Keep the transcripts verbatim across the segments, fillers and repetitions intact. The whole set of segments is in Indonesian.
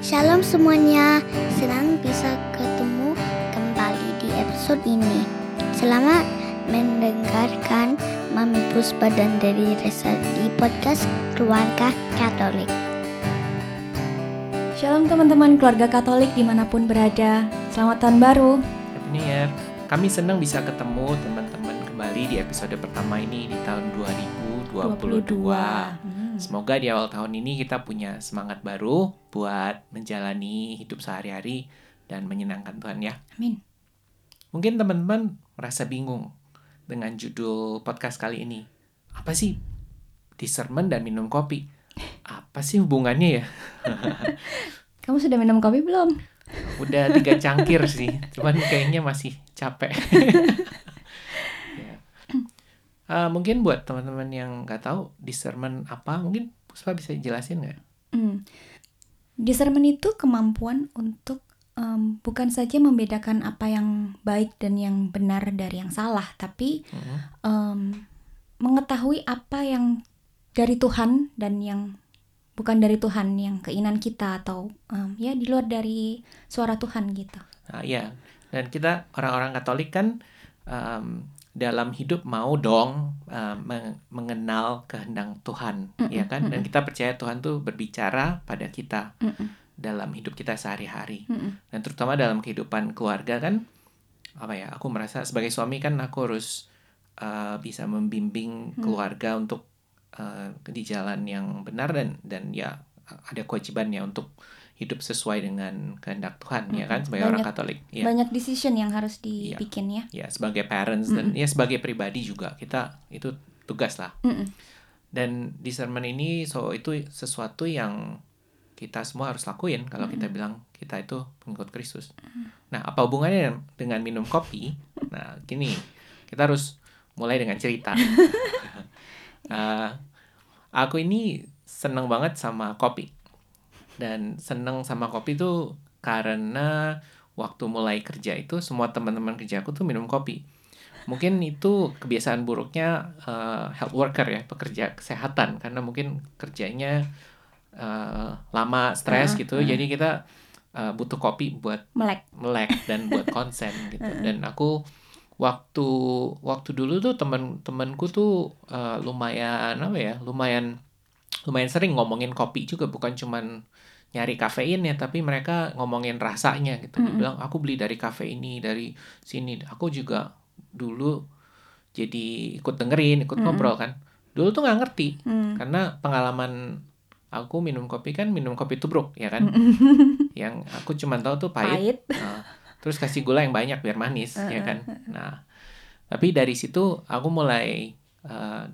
Shalom semuanya, senang bisa ketemu kembali di episode ini. Selamat mendengarkan Mami Puspa dan Daddy Reza di podcast Keluarga Katolik. Shalom teman-teman keluarga Katolik dimanapun berada. Selamat tahun baru. Happy New Year. Kami senang bisa ketemu teman-teman kembali di episode pertama ini di tahun dua ribu dua puluh dua. Hmm. Semoga di awal tahun ini kita punya semangat baru buat menjalani hidup sehari-hari dan menyenangkan Tuhan ya. Amin. Mungkin teman-teman merasa bingung dengan judul podcast kali ini. Apa sih discernment dan minum kopi? Apa sih hubungannya ya? Kamu sudah minum kopi belum? Udah tiga cangkir sih, cuman kayaknya masih capek. Ya. Uh, mungkin buat teman-teman yang nggak tahu discernment apa, mungkin Puspa bisa jelasin nggak? Hmm. Discernment itu kemampuan untuk um, bukan saja membedakan apa yang baik dan yang benar dari yang salah, tapi Mm-hmm. um, mengetahui apa yang dari Tuhan dan yang bukan dari Tuhan, yang keinginan kita atau um, ya di luar dari suara Tuhan gitu. Nah, ya, dan kita orang-orang Katolik kan um, dalam hidup mau dong uh, meng- mengenal kehendak Tuhan, Mm-mm, ya kan? Dan mm-mm. kita percaya Tuhan tuh berbicara pada kita Mm-mm, dalam hidup kita sehari-hari. mm-mm. Dan terutama dalam kehidupan keluarga kan, apa ya? Aku merasa sebagai suami kan aku harus uh, bisa membimbing Hmm. keluarga untuk uh, di jalan yang benar dan dan ya ada kewajibannya untuk hidup sesuai dengan kehendak Tuhan, ya kan? Sebagai orang Banyak- Katolik. Ya. Banyak decision yang harus dibikin ya. Ya sebagai parents dan Mm-mm. ya sebagai pribadi juga kita itu tugas lah. Mm-mm. Dan discernment ini so itu sesuatu yang kita semua harus lakuin kalau kita bilang kita itu pengikut Kristus. Nah, apa hubungannya dengan minum kopi? Nah, gini, kita harus mulai dengan cerita. Uh, aku ini seneng banget sama kopi. Dan seneng sama kopi tuh karena waktu mulai kerja itu semua teman-teman kerjaku tuh minum kopi. Mungkin itu kebiasaan buruknya uh, health worker ya, pekerja kesehatan, karena mungkin kerjanya uh, lama, stres Uh-uh, gitu. uh-uh. Jadi kita uh, butuh kopi buat Melek. melek dan buat konsen gitu. Dan aku waktu waktu dulu tuh teman-temanku tuh uh, lumayan apa ya, lumayan lumayan sering ngomongin kopi juga, bukan cuman nyari kafein ya, tapi mereka ngomongin rasanya gitu. Dia Mm-mm. bilang aku beli dari kafe ini, dari sini. Aku juga dulu jadi ikut dengerin, ikut Mm-mm. ngobrol kan. Dulu tuh nggak ngerti Mm. karena pengalaman aku minum kopi kan minum kopi tubruk ya kan. Yang aku cuma tahu tuh pahit. Pahit. Nah, terus kasih gula yang banyak biar manis ya Uh-uh. kan. Nah, tapi dari situ aku mulai uh,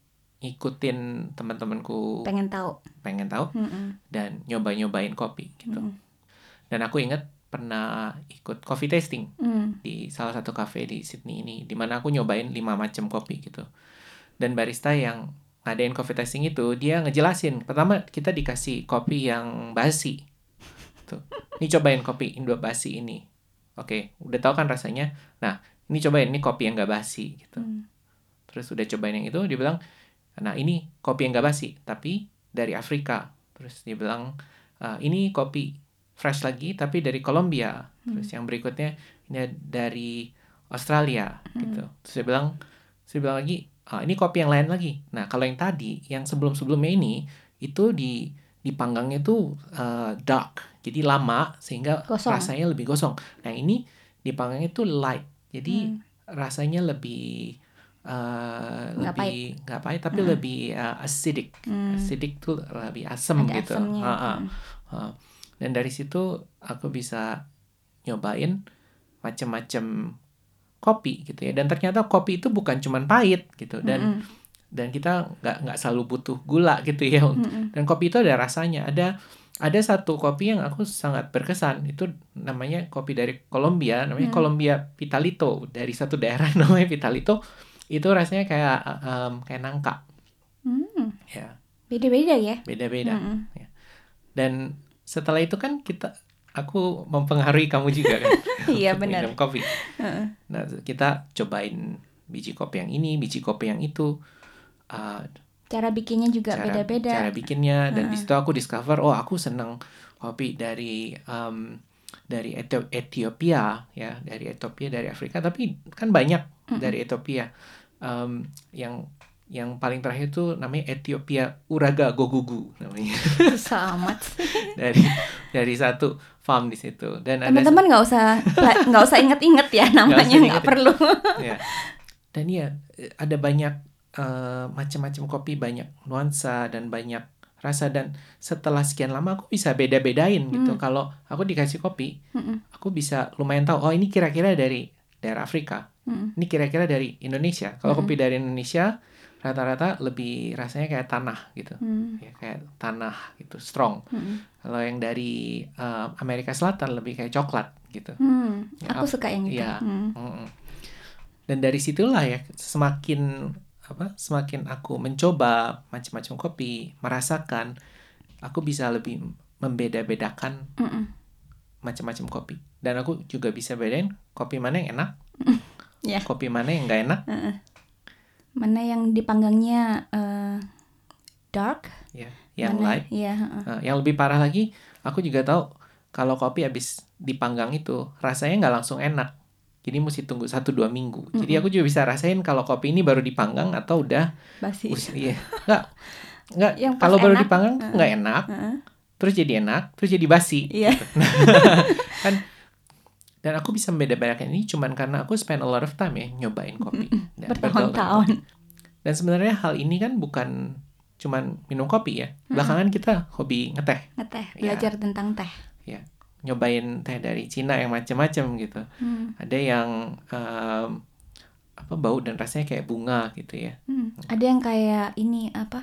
ngikutin teman-temanku Pengen tahu. pengen tahu Mm-mm. dan nyoba-nyobain kopi gitu. Mm-mm. Dan aku inget pernah ikut coffee tasting Mm. di salah satu cafe di Sydney ini, di mana aku nyobain lima macam kopi gitu. Dan barista yang ngadain coffee tasting itu dia ngejelasin, pertama kita dikasih kopi yang basi. Tuh. Ini cobain kopi Indo basi ini. Oke, udah tahu kan rasanya. Nah, ini cobain ini kopi yang gak basi gitu. Mm. Terus udah cobain yang itu, dia bilang, nah ini kopi yang gak basi, tapi dari Afrika. Terus dia bilang, "Ah, ini kopi fresh lagi, tapi dari Kolombia." Terus yang berikutnya, ini dari Australia, gitu. Terus dia bilang, terus dia bilang lagi, "Ah, ini kopi yang lain lagi." Nah, kalau yang tadi, yang sebelum-sebelumnya ini, itu di dipanggangnya tuh uh, dark, jadi lama, sehingga Gosong. rasanya lebih gosong. Nah, ini dipanggangnya tuh light, jadi Hmm. rasanya lebih uh, Nggak lebih nggak pahit tapi Mm-mm. lebih uh, acidic. Mm. Acidic tuh lebih asam Ada gitu. asamnya. Ha, ha, Mm. ha. Dan dari situ aku bisa nyobain macam-macam kopi gitu ya. Dan ternyata kopi itu bukan cuman pahit gitu. Dan Mm-mm. dan kita nggak nggak selalu butuh gula gitu ya. Mm-mm. Dan kopi itu ada rasanya. Ada ada satu kopi yang aku sangat berkesan, itu namanya kopi dari Kolombia, namanya Hmm. Colombia Pitalito, dari satu daerah namanya Pitalito. Itu rasanya kayak um, kayak nangka Mm. ya, Beda-beda ya. beda-beda. Mm-mm. Ya. Dan setelah itu kan kita aku mempengaruhi kamu juga kan Iya, untuk benar. minum kopi. Uh-uh. Nah, kita cobain biji kopi yang ini, biji kopi yang itu. Uh, Cara bikinnya juga cara beda-beda. cara bikinnya, dan Uh-uh. di situ aku discover, oh aku seneng kopi dari um, dari Etio- Ethiopia ya, dari Ethiopia, dari Afrika, tapi kan banyak Mm-mm. dari Ethiopia. Um, yang yang paling terakhir tuh namanya Ethiopia Uraga Gogugu namanya. Susah amat. dari dari satu farm di situ, dan ada Teman-teman nggak usah pla- nggak usah inget-inget ya namanya, usah nggak inget ya. perlu. ya. Dan ya ada banyak uh, macam-macam kopi, banyak nuansa dan banyak rasa, dan setelah sekian lama aku bisa beda-bedain gitu. Hmm. Kalau aku dikasih kopi, Mm-mm. aku bisa lumayan tahu, oh ini kira-kira dari daerah Afrika, Mm-mm. ini kira-kira dari Indonesia. Kalau Mm-mm. kopi dari Indonesia rata-rata lebih rasanya kayak tanah gitu, Hmm. ya kayak tanah gitu, strong. Mm-mm. Kalau yang dari uh, Amerika Selatan lebih kayak coklat gitu. Hmm. Ya, Aku ap- suka yang itu. ya, Hmm. mm-mm. Dan dari situlah ya, semakin apa semakin aku mencoba macam-macam kopi, merasakan, aku bisa lebih membeda-bedakan Mm-mm. macam-macam kopi, dan aku juga bisa bedain kopi mana yang enak, Ya. kopi mana yang nggak enak. Uh-uh. Mana yang dipanggangnya uh, dark, Ya, yang mana, light. ya, uh-uh. Nah, yang lebih parah lagi, aku juga tahu kalau kopi habis dipanggang itu rasanya nggak langsung enak. Jadi mesti tunggu satu dua minggu. Jadi Mm-mm. aku juga bisa rasain kalau kopi ini baru dipanggang atau udah Basi. us- iya. Nggak, nggak. Yang pas Kalau baru enak, dipanggang tuh uh-uh. nggak enak, Uh-uh. terus jadi enak, terus jadi basi. Iya. Kan, dan aku bisa membeda-bedakan ini cuman karena aku spend a lot of time ya nyobain kopi. Dan Bertahun-tahun. kopi. Dan sebenarnya hal ini kan bukan cuman minum kopi ya. Belakangan kita hobi ngeteh. Ngeteh, Ya. belajar tentang teh. Ya, nyobain teh dari Cina yang macam-macam gitu. Hmm. Ada yang um, apa bau dan rasanya kayak bunga gitu ya. Hmm. Ada yang kayak ini apa?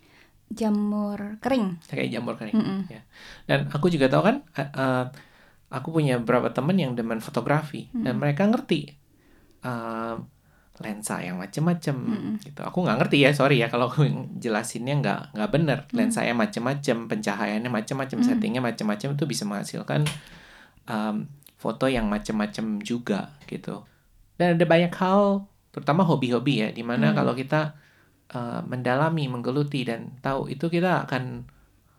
Jamur kering. Kayak jamur kering. Mm-mm. Ya. Dan aku juga tahu kan, uh, uh, aku punya beberapa teman yang demen fotografi, Mm-mm. dan mereka ngerti uh, lensa yang macam-macam gitu. Aku nggak ngerti ya, sorry ya kalau aku jelasinnya nggak nggak bener. Lensa yang macam-macam, pencahayaannya macam-macam, Mm. settingnya macam-macam, itu bisa menghasilkan um, foto yang macam-macam juga gitu. Dan ada banyak hal, terutama hobi-hobi ya, dimana Mm. kalau kita uh, mendalami, menggeluti dan tahu itu, kita akan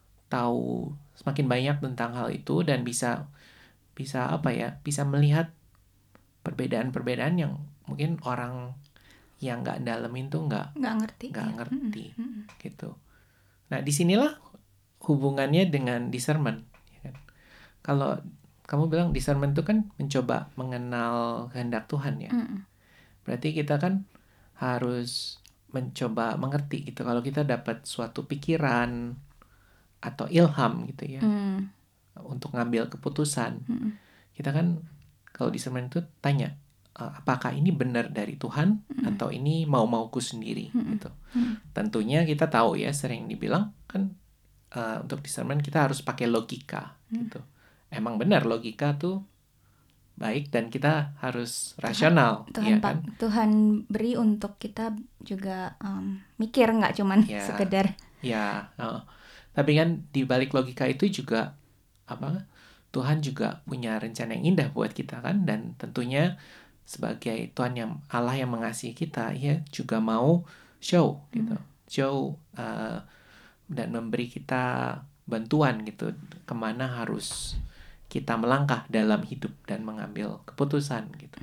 tahu semakin banyak tentang hal itu, dan bisa bisa apa ya, bisa melihat perbedaan-perbedaan yang mungkin orang yang nggak dalemin tuh nggak Nggak ngerti. nggak ya. ngerti Mm-mm. gitu. Nah disinilah hubungannya dengan discernment. Ya kan? Kalau kamu bilang discernment itu kan mencoba mengenal kehendak Tuhan ya. Mm-mm. Berarti kita kan harus mencoba mengerti gitu. Kalau kita dapat suatu pikiran atau ilham gitu ya, Mm. untuk ngambil keputusan, Mm-mm. kita kan kalau discernment itu tanya, uh, apakah ini benar dari Tuhan atau ini mau-mauku sendiri gitu. Tentunya kita tahu ya, sering dibilang kan, uh, untuk discernment kita harus pakai logika gitu. Emang benar logika tuh baik, dan kita harus rasional, Tuhan ya Pak, kan? Tuhan beri untuk kita juga um, mikir, nggak cuman Ya. sekedar. Ya, uh, tapi kan di balik logika itu juga apa? Tuhan juga punya rencana yang indah buat kita kan, dan tentunya sebagai Tuhan yang Allah yang mengasihi kita, ya juga mau show gitu, show uh, dan memberi kita bantuan gitu, kemana harus kita melangkah dalam hidup dan mengambil keputusan gitu.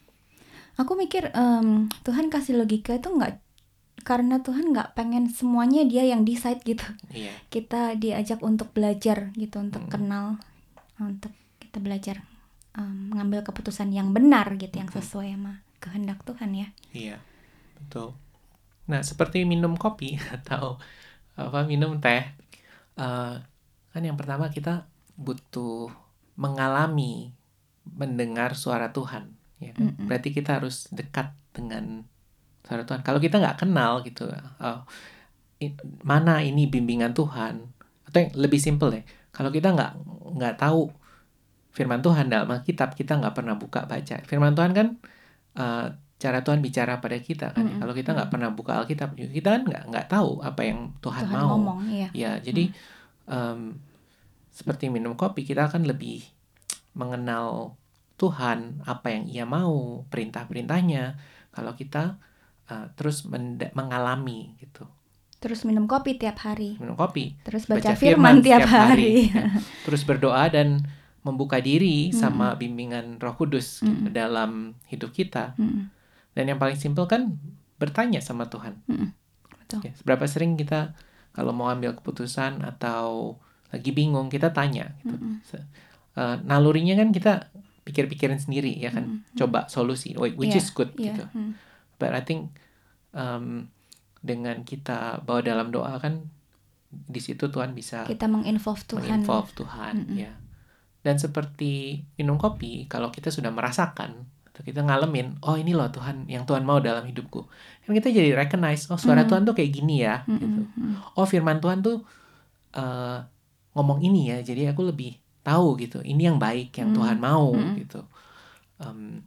Aku mikir um, Tuhan kasih logika itu nggak karena Tuhan nggak pengen semuanya dia yang decide gitu. Iya. Kita diajak untuk belajar gitu, untuk Hmm. kenal, untuk kita belajar um, mengambil keputusan yang benar gitu, yang sesuai sama kehendak Tuhan ya. Iya, betul. Nah, seperti minum kopi atau apa minum teh, uh, kan yang pertama kita butuh mengalami, mendengar suara Tuhan, ya kan? Mm-mm. Berarti kita harus dekat dengan suara Tuhan. Kalau kita nggak kenal gitu, uh, i- mana ini bimbingan Tuhan, atau yang lebih simple ya, kalau kita nggak nggak tahu firman Tuhan dalam Alkitab, kita nggak pernah buka baca firman Tuhan kan, uh, cara Tuhan bicara pada kita kan. Mm-mm. Kalau kita nggak pernah buka Alkitab, kita kan nggak nggak tahu apa yang Tuhan, Tuhan mau. ngomong, iya. Ya, jadi um, seperti minum kopi, kita akan lebih mengenal Tuhan, apa yang Ia mau, perintah-perintahnya. Kalau kita uh, terus menda- mengalami gitu, Terus minum kopi tiap hari. Minum kopi. Terus baca, baca firman, firman tiap hari. hari. Ya. Terus berdoa dan membuka diri mm-hmm. sama bimbingan Roh Kudus mm-hmm. gitu, dalam hidup kita. Mm-hmm. Dan yang paling simpel kan bertanya sama Tuhan. Mm-hmm. Betul. Ya, seberapa sering kita kalau mau ambil keputusan atau lagi bingung kita tanya. Gitu. Mm-hmm. Uh, nalurinya kan kita pikir-pikirin sendiri ya kan, mm-hmm. coba solusi, which yeah. is good yeah. gitu. Mm. But I think um, dengan kita bawa dalam doa kan di situ Tuhan bisa kita menginvolve Tuhan, menginvolve Tuhan mm-hmm. ya. Dan seperti minum kopi, kalau kita sudah merasakan atau kita ngalamin, oh ini loh Tuhan yang Tuhan mau dalam hidupku, kan kita jadi recognize, oh suara mm-hmm. Tuhan tuh kayak gini ya, mm-hmm. gitu. Oh firman Tuhan tuh uh, ngomong ini ya, jadi aku lebih tahu gitu, ini yang baik yang mm-hmm. Tuhan mau mm-hmm. gitu. Um,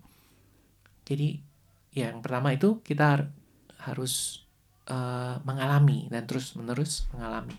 jadi yang pertama itu kita harus Uh, mengalami dan terus menerus mengalami.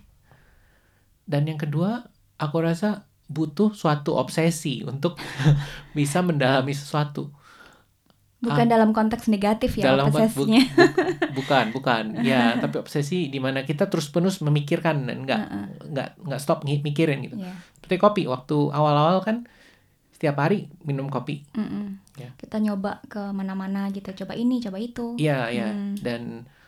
Dan yang kedua, aku rasa butuh suatu obsesi untuk bisa mendalami sesuatu. Bukan uh, dalam konteks negatif ya dalam obsesinya. Bu, bu, bukan, bukan. Ya, tapi obsesi di mana kita terus-menerus memikirkan dan nggak uh-uh. nggak nggak stop mikirin gitu. Yeah. Seperti kopi, waktu awal-awal kan setiap hari minum kopi. Ya. Kita nyoba ke mana-mana gitu, coba ini, coba itu. Iya, iya. Hmm. Dan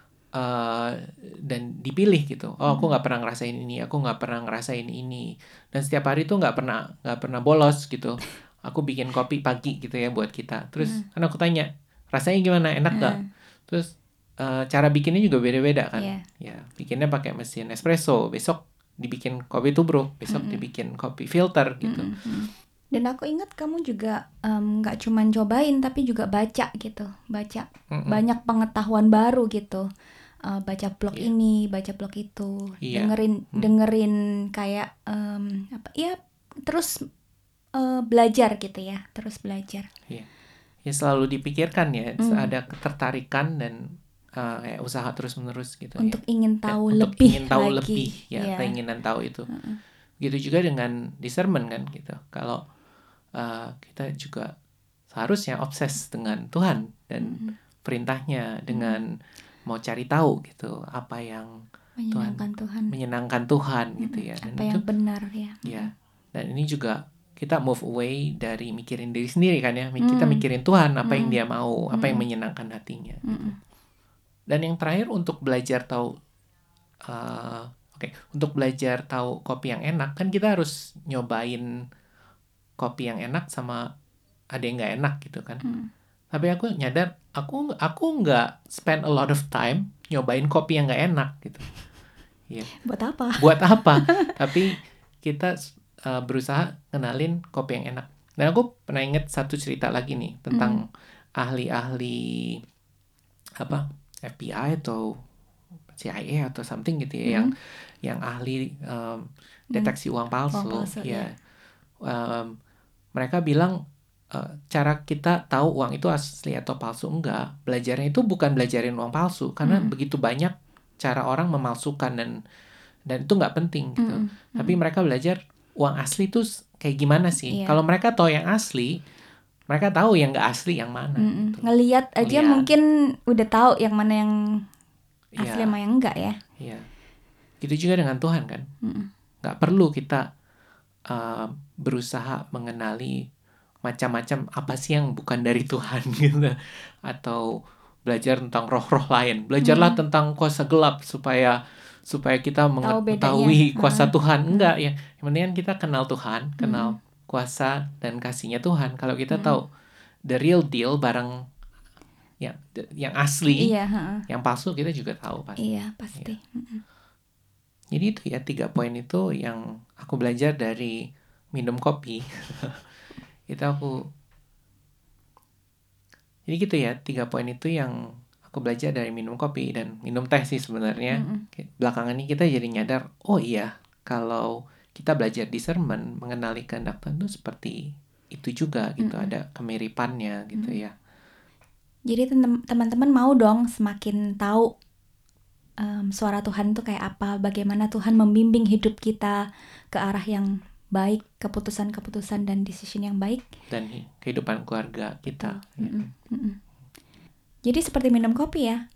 Uh, dan dipilih gitu. Oh, aku nggak pernah ngerasain ini, aku nggak pernah ngerasain ini. Dan setiap hari tuh nggak pernah nggak pernah bolos gitu. Aku bikin kopi pagi gitu ya buat kita. Terus mm. kan aku tanya, rasanya gimana? Enak nggak? Mm. Terus uh, cara bikinnya juga beda-beda kan? Yeah. Ya, bikinnya pakai mesin espresso. Besok dibikin kopi tubruk, besok mm-hmm. dibikin kopi filter gitu. Mm-hmm. Dan aku ingat kamu juga nggak um, cuman cobain, tapi juga baca gitu, baca mm-hmm. banyak pengetahuan baru gitu. Uh, baca blog yeah. ini, baca blog itu, yeah. dengerin hmm. dengerin kayak um, apa ya, terus uh, belajar gitu ya, terus belajar. Yeah. Ya selalu dipikirkan ya, mm. ada ketertarikan dan uh, ya, usaha terus menerus gitu. Untuk ya. ingin tahu ya, lebih untuk ingin tahu lagi. lebih, ya yeah. keinginan tahu itu. Uh-uh. Gitu juga dengan discernment kan gitu. Kalau uh, kita juga seharusnya obses dengan Tuhan dan mm. perintahnya, dengan mm. mau cari tahu gitu apa yang menyenangkan Tuhan, Tuhan menyenangkan Tuhan mm-hmm. gitu ya. Dan apa yang itu, benar ya. Ya. Dan ini juga kita move away dari mikirin diri sendiri kan ya. Kita mm. mikirin Tuhan apa mm. yang Dia mau, apa mm. yang menyenangkan hatinya. Mm. Gitu. Dan yang terakhir untuk belajar tahu uh, oke, okay, untuk belajar tahu kopi yang enak kan kita harus nyobain kopi yang enak sama ada yang nggak enak gitu kan. Mm. Tapi aku nyadar aku aku nggak spend a lot of time nyobain kopi yang nggak enak gitu. Yeah. Buat apa? Buat apa? Tapi kita uh, berusaha kenalin kopi yang enak. Dan aku pernah inget satu cerita lagi nih tentang mm. ahli-ahli apa F B I atau C I A atau something gitu ya, mm. yang yang ahli um, deteksi mm. uang palsu. Uang palsu ya. Yeah. Um, mereka bilang Uh, cara kita tahu uang itu asli atau palsu enggak, belajarnya itu bukan belajarin uang palsu karena mm. begitu banyak cara orang memalsukan dan dan itu nggak penting gitu. Mm. Tapi mm. mereka belajar uang asli itu kayak gimana sih? Yeah. Kalau mereka tahu yang asli, mereka tahu yang nggak asli yang mana. Mm. Gitu. Ngelihat aja Ngeliat. Mungkin udah tahu yang mana yang asli yeah. sama yang enggak ya. Iya. Yeah. Gitu juga dengan Tuhan kan. Mm. Nggak perlu kita uh, berusaha mengenali macam-macam apa sih yang bukan dari Tuhan gitu, atau belajar tentang roh-roh lain. Belajarlah hmm. tentang kuasa gelap supaya supaya kita mengetahui kuasa hmm. Tuhan. Enggak ya. Yang penting kita kenal Tuhan, kenal hmm. kuasa dan kasihnya Tuhan. Kalau kita hmm. tahu the real deal, barang yang yang asli, iya, uh. yang palsu kita juga tahu pasti. Iya, pasti. Ya. Hmm. Jadi itu ya tiga poin itu yang aku belajar dari minum kopi. Itu aku jadi gitu ya, tiga poin itu yang aku belajar dari minum kopi dan minum teh sih sebenarnya. Mm-hmm. Belakangan ini kita jadi nyadar, oh iya, kalau kita belajar discernment, mengenali kehendak Tuhan itu seperti itu juga gitu, mm-hmm. ada kemiripannya gitu mm-hmm. ya. Jadi teman-teman mau dong semakin tahu um, suara Tuhan itu kayak apa, bagaimana Tuhan membimbing hidup kita ke arah yang baik, keputusan-keputusan dan decision yang baik dan kehidupan keluarga kita. Mm-mm. Mm-mm. Jadi seperti minum kopi ya,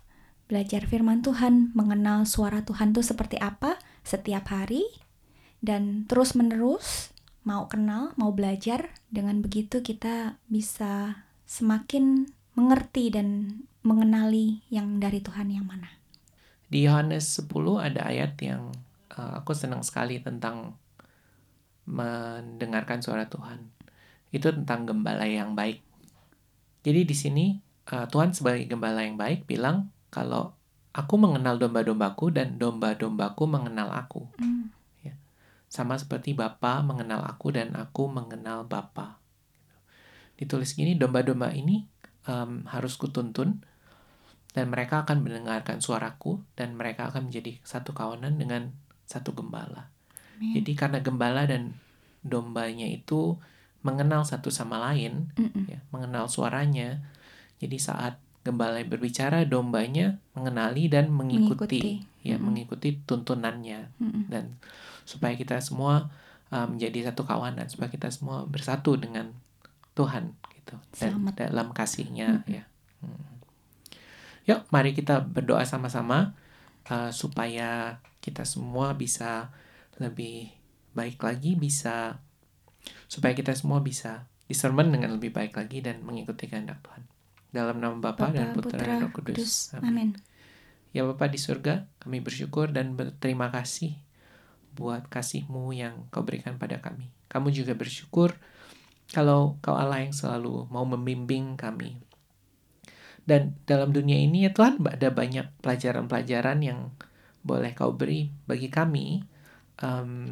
belajar firman Tuhan, mengenal suara Tuhan tuh seperti apa setiap hari, dan terus-menerus mau kenal, mau belajar. Dengan begitu kita bisa semakin mengerti dan mengenali yang dari Tuhan yang mana. Di Yohanes sepuluh ada ayat yang uh, aku senang sekali tentang mendengarkan suara Tuhan. Itu tentang gembala yang baik. Jadi di sini uh, Tuhan sebagai gembala yang baik bilang kalau aku mengenal domba-dombaku dan domba-dombaku mengenal aku. Mm. Ya. Sama seperti Bapa mengenal aku dan aku mengenal Bapa. Ditulis gini, domba-domba ini um, harus kutuntun dan mereka akan mendengarkan suaraku dan mereka akan menjadi satu kawanan dengan satu gembala. Amen. Jadi karena gembala dan dombanya itu mengenal satu sama lain, ya, mengenal suaranya. Jadi saat gembala berbicara, dombanya mengenali dan mengikuti, Mengikuti. ya, Mm-mm. mengikuti tuntunannya. Mm-mm. Dan supaya kita semua uh, menjadi satu kawanan, supaya kita semua bersatu dengan Tuhan, gitu, dan Selamat. dalam kasih-Nya, Mm-mm. ya. Hmm. Yuk, mari kita berdoa sama-sama uh, supaya kita semua bisa lebih baik lagi, bisa supaya kita semua bisa discernment dengan lebih baik lagi dan mengikuti kehendak Tuhan. Dalam nama Bapa dan Putra dan Roh Kudus. Amin. Ya Bapa di surga, kami bersyukur dan berterima kasih buat kasih-Mu yang Kau berikan pada kami. Kamu juga bersyukur kalau Kau Allah yang selalu mau membimbing kami. Dan dalam dunia ini ya Tuhan, ada banyak pelajaran-pelajaran yang boleh Kau beri bagi kami um,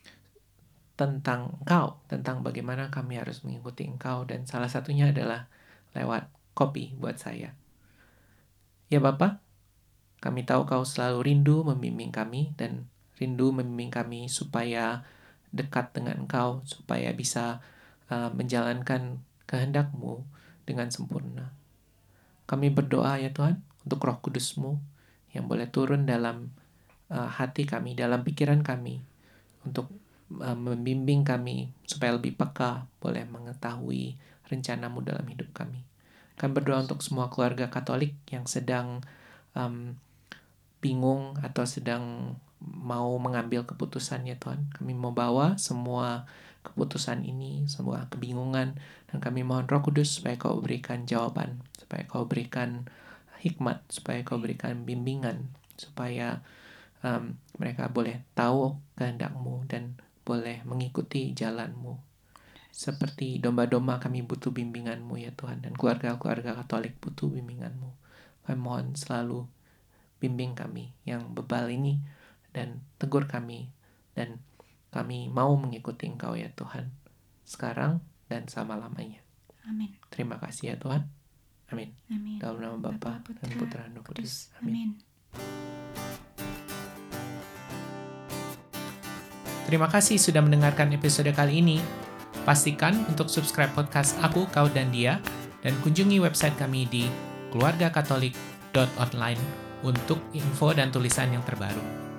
tentang Engkau, tentang bagaimana kami harus mengikuti Engkau, dan salah satunya adalah lewat kopi buat saya. Ya Bapa, kami tahu Kau selalu rindu membimbing kami dan rindu membimbing kami supaya dekat dengan Engkau, supaya bisa uh, menjalankan kehendak-Mu dengan sempurna. Kami berdoa ya Tuhan untuk Roh Kudus-Mu yang boleh turun dalam uh, hati kami, dalam pikiran kami, untuk uh, membimbing kami supaya lebih peka, boleh mengetahui rencana-Mu dalam hidup kami. Kami berdoa untuk semua keluarga Katolik yang sedang um, bingung atau sedang mau mengambil keputusan ya Tuhan. Kami mau bawa semua keputusan ini, semua kebingungan, dan kami mohon Roh Kudus supaya Kau berikan jawaban, supaya Kau berikan hikmat, supaya Kau berikan bimbingan, supaya um, mereka boleh tahu kehendak-Mu dan boleh mengikuti jalan-Mu. Seperti domba-domba kami butuh bimbingan-Mu ya Tuhan, dan keluarga-keluarga Katolik butuh bimbingan-Mu. Kami mohon selalu bimbing kami yang bebal ini dan tegur kami, dan kami mau mengikuti Engkau ya Tuhan, sekarang dan selama-lamanya. Amin. Terima kasih ya Tuhan. Amin. Amin. Dalam nama Bapa Bapa, dan Putra dan Roh Kudus. Amin. Amin. Terima kasih sudah mendengarkan episode kali ini. Pastikan untuk subscribe podcast Aku, Kau, dan Dia, dan kunjungi website kami di keluarga katolik dot online untuk info dan tulisan yang terbaru.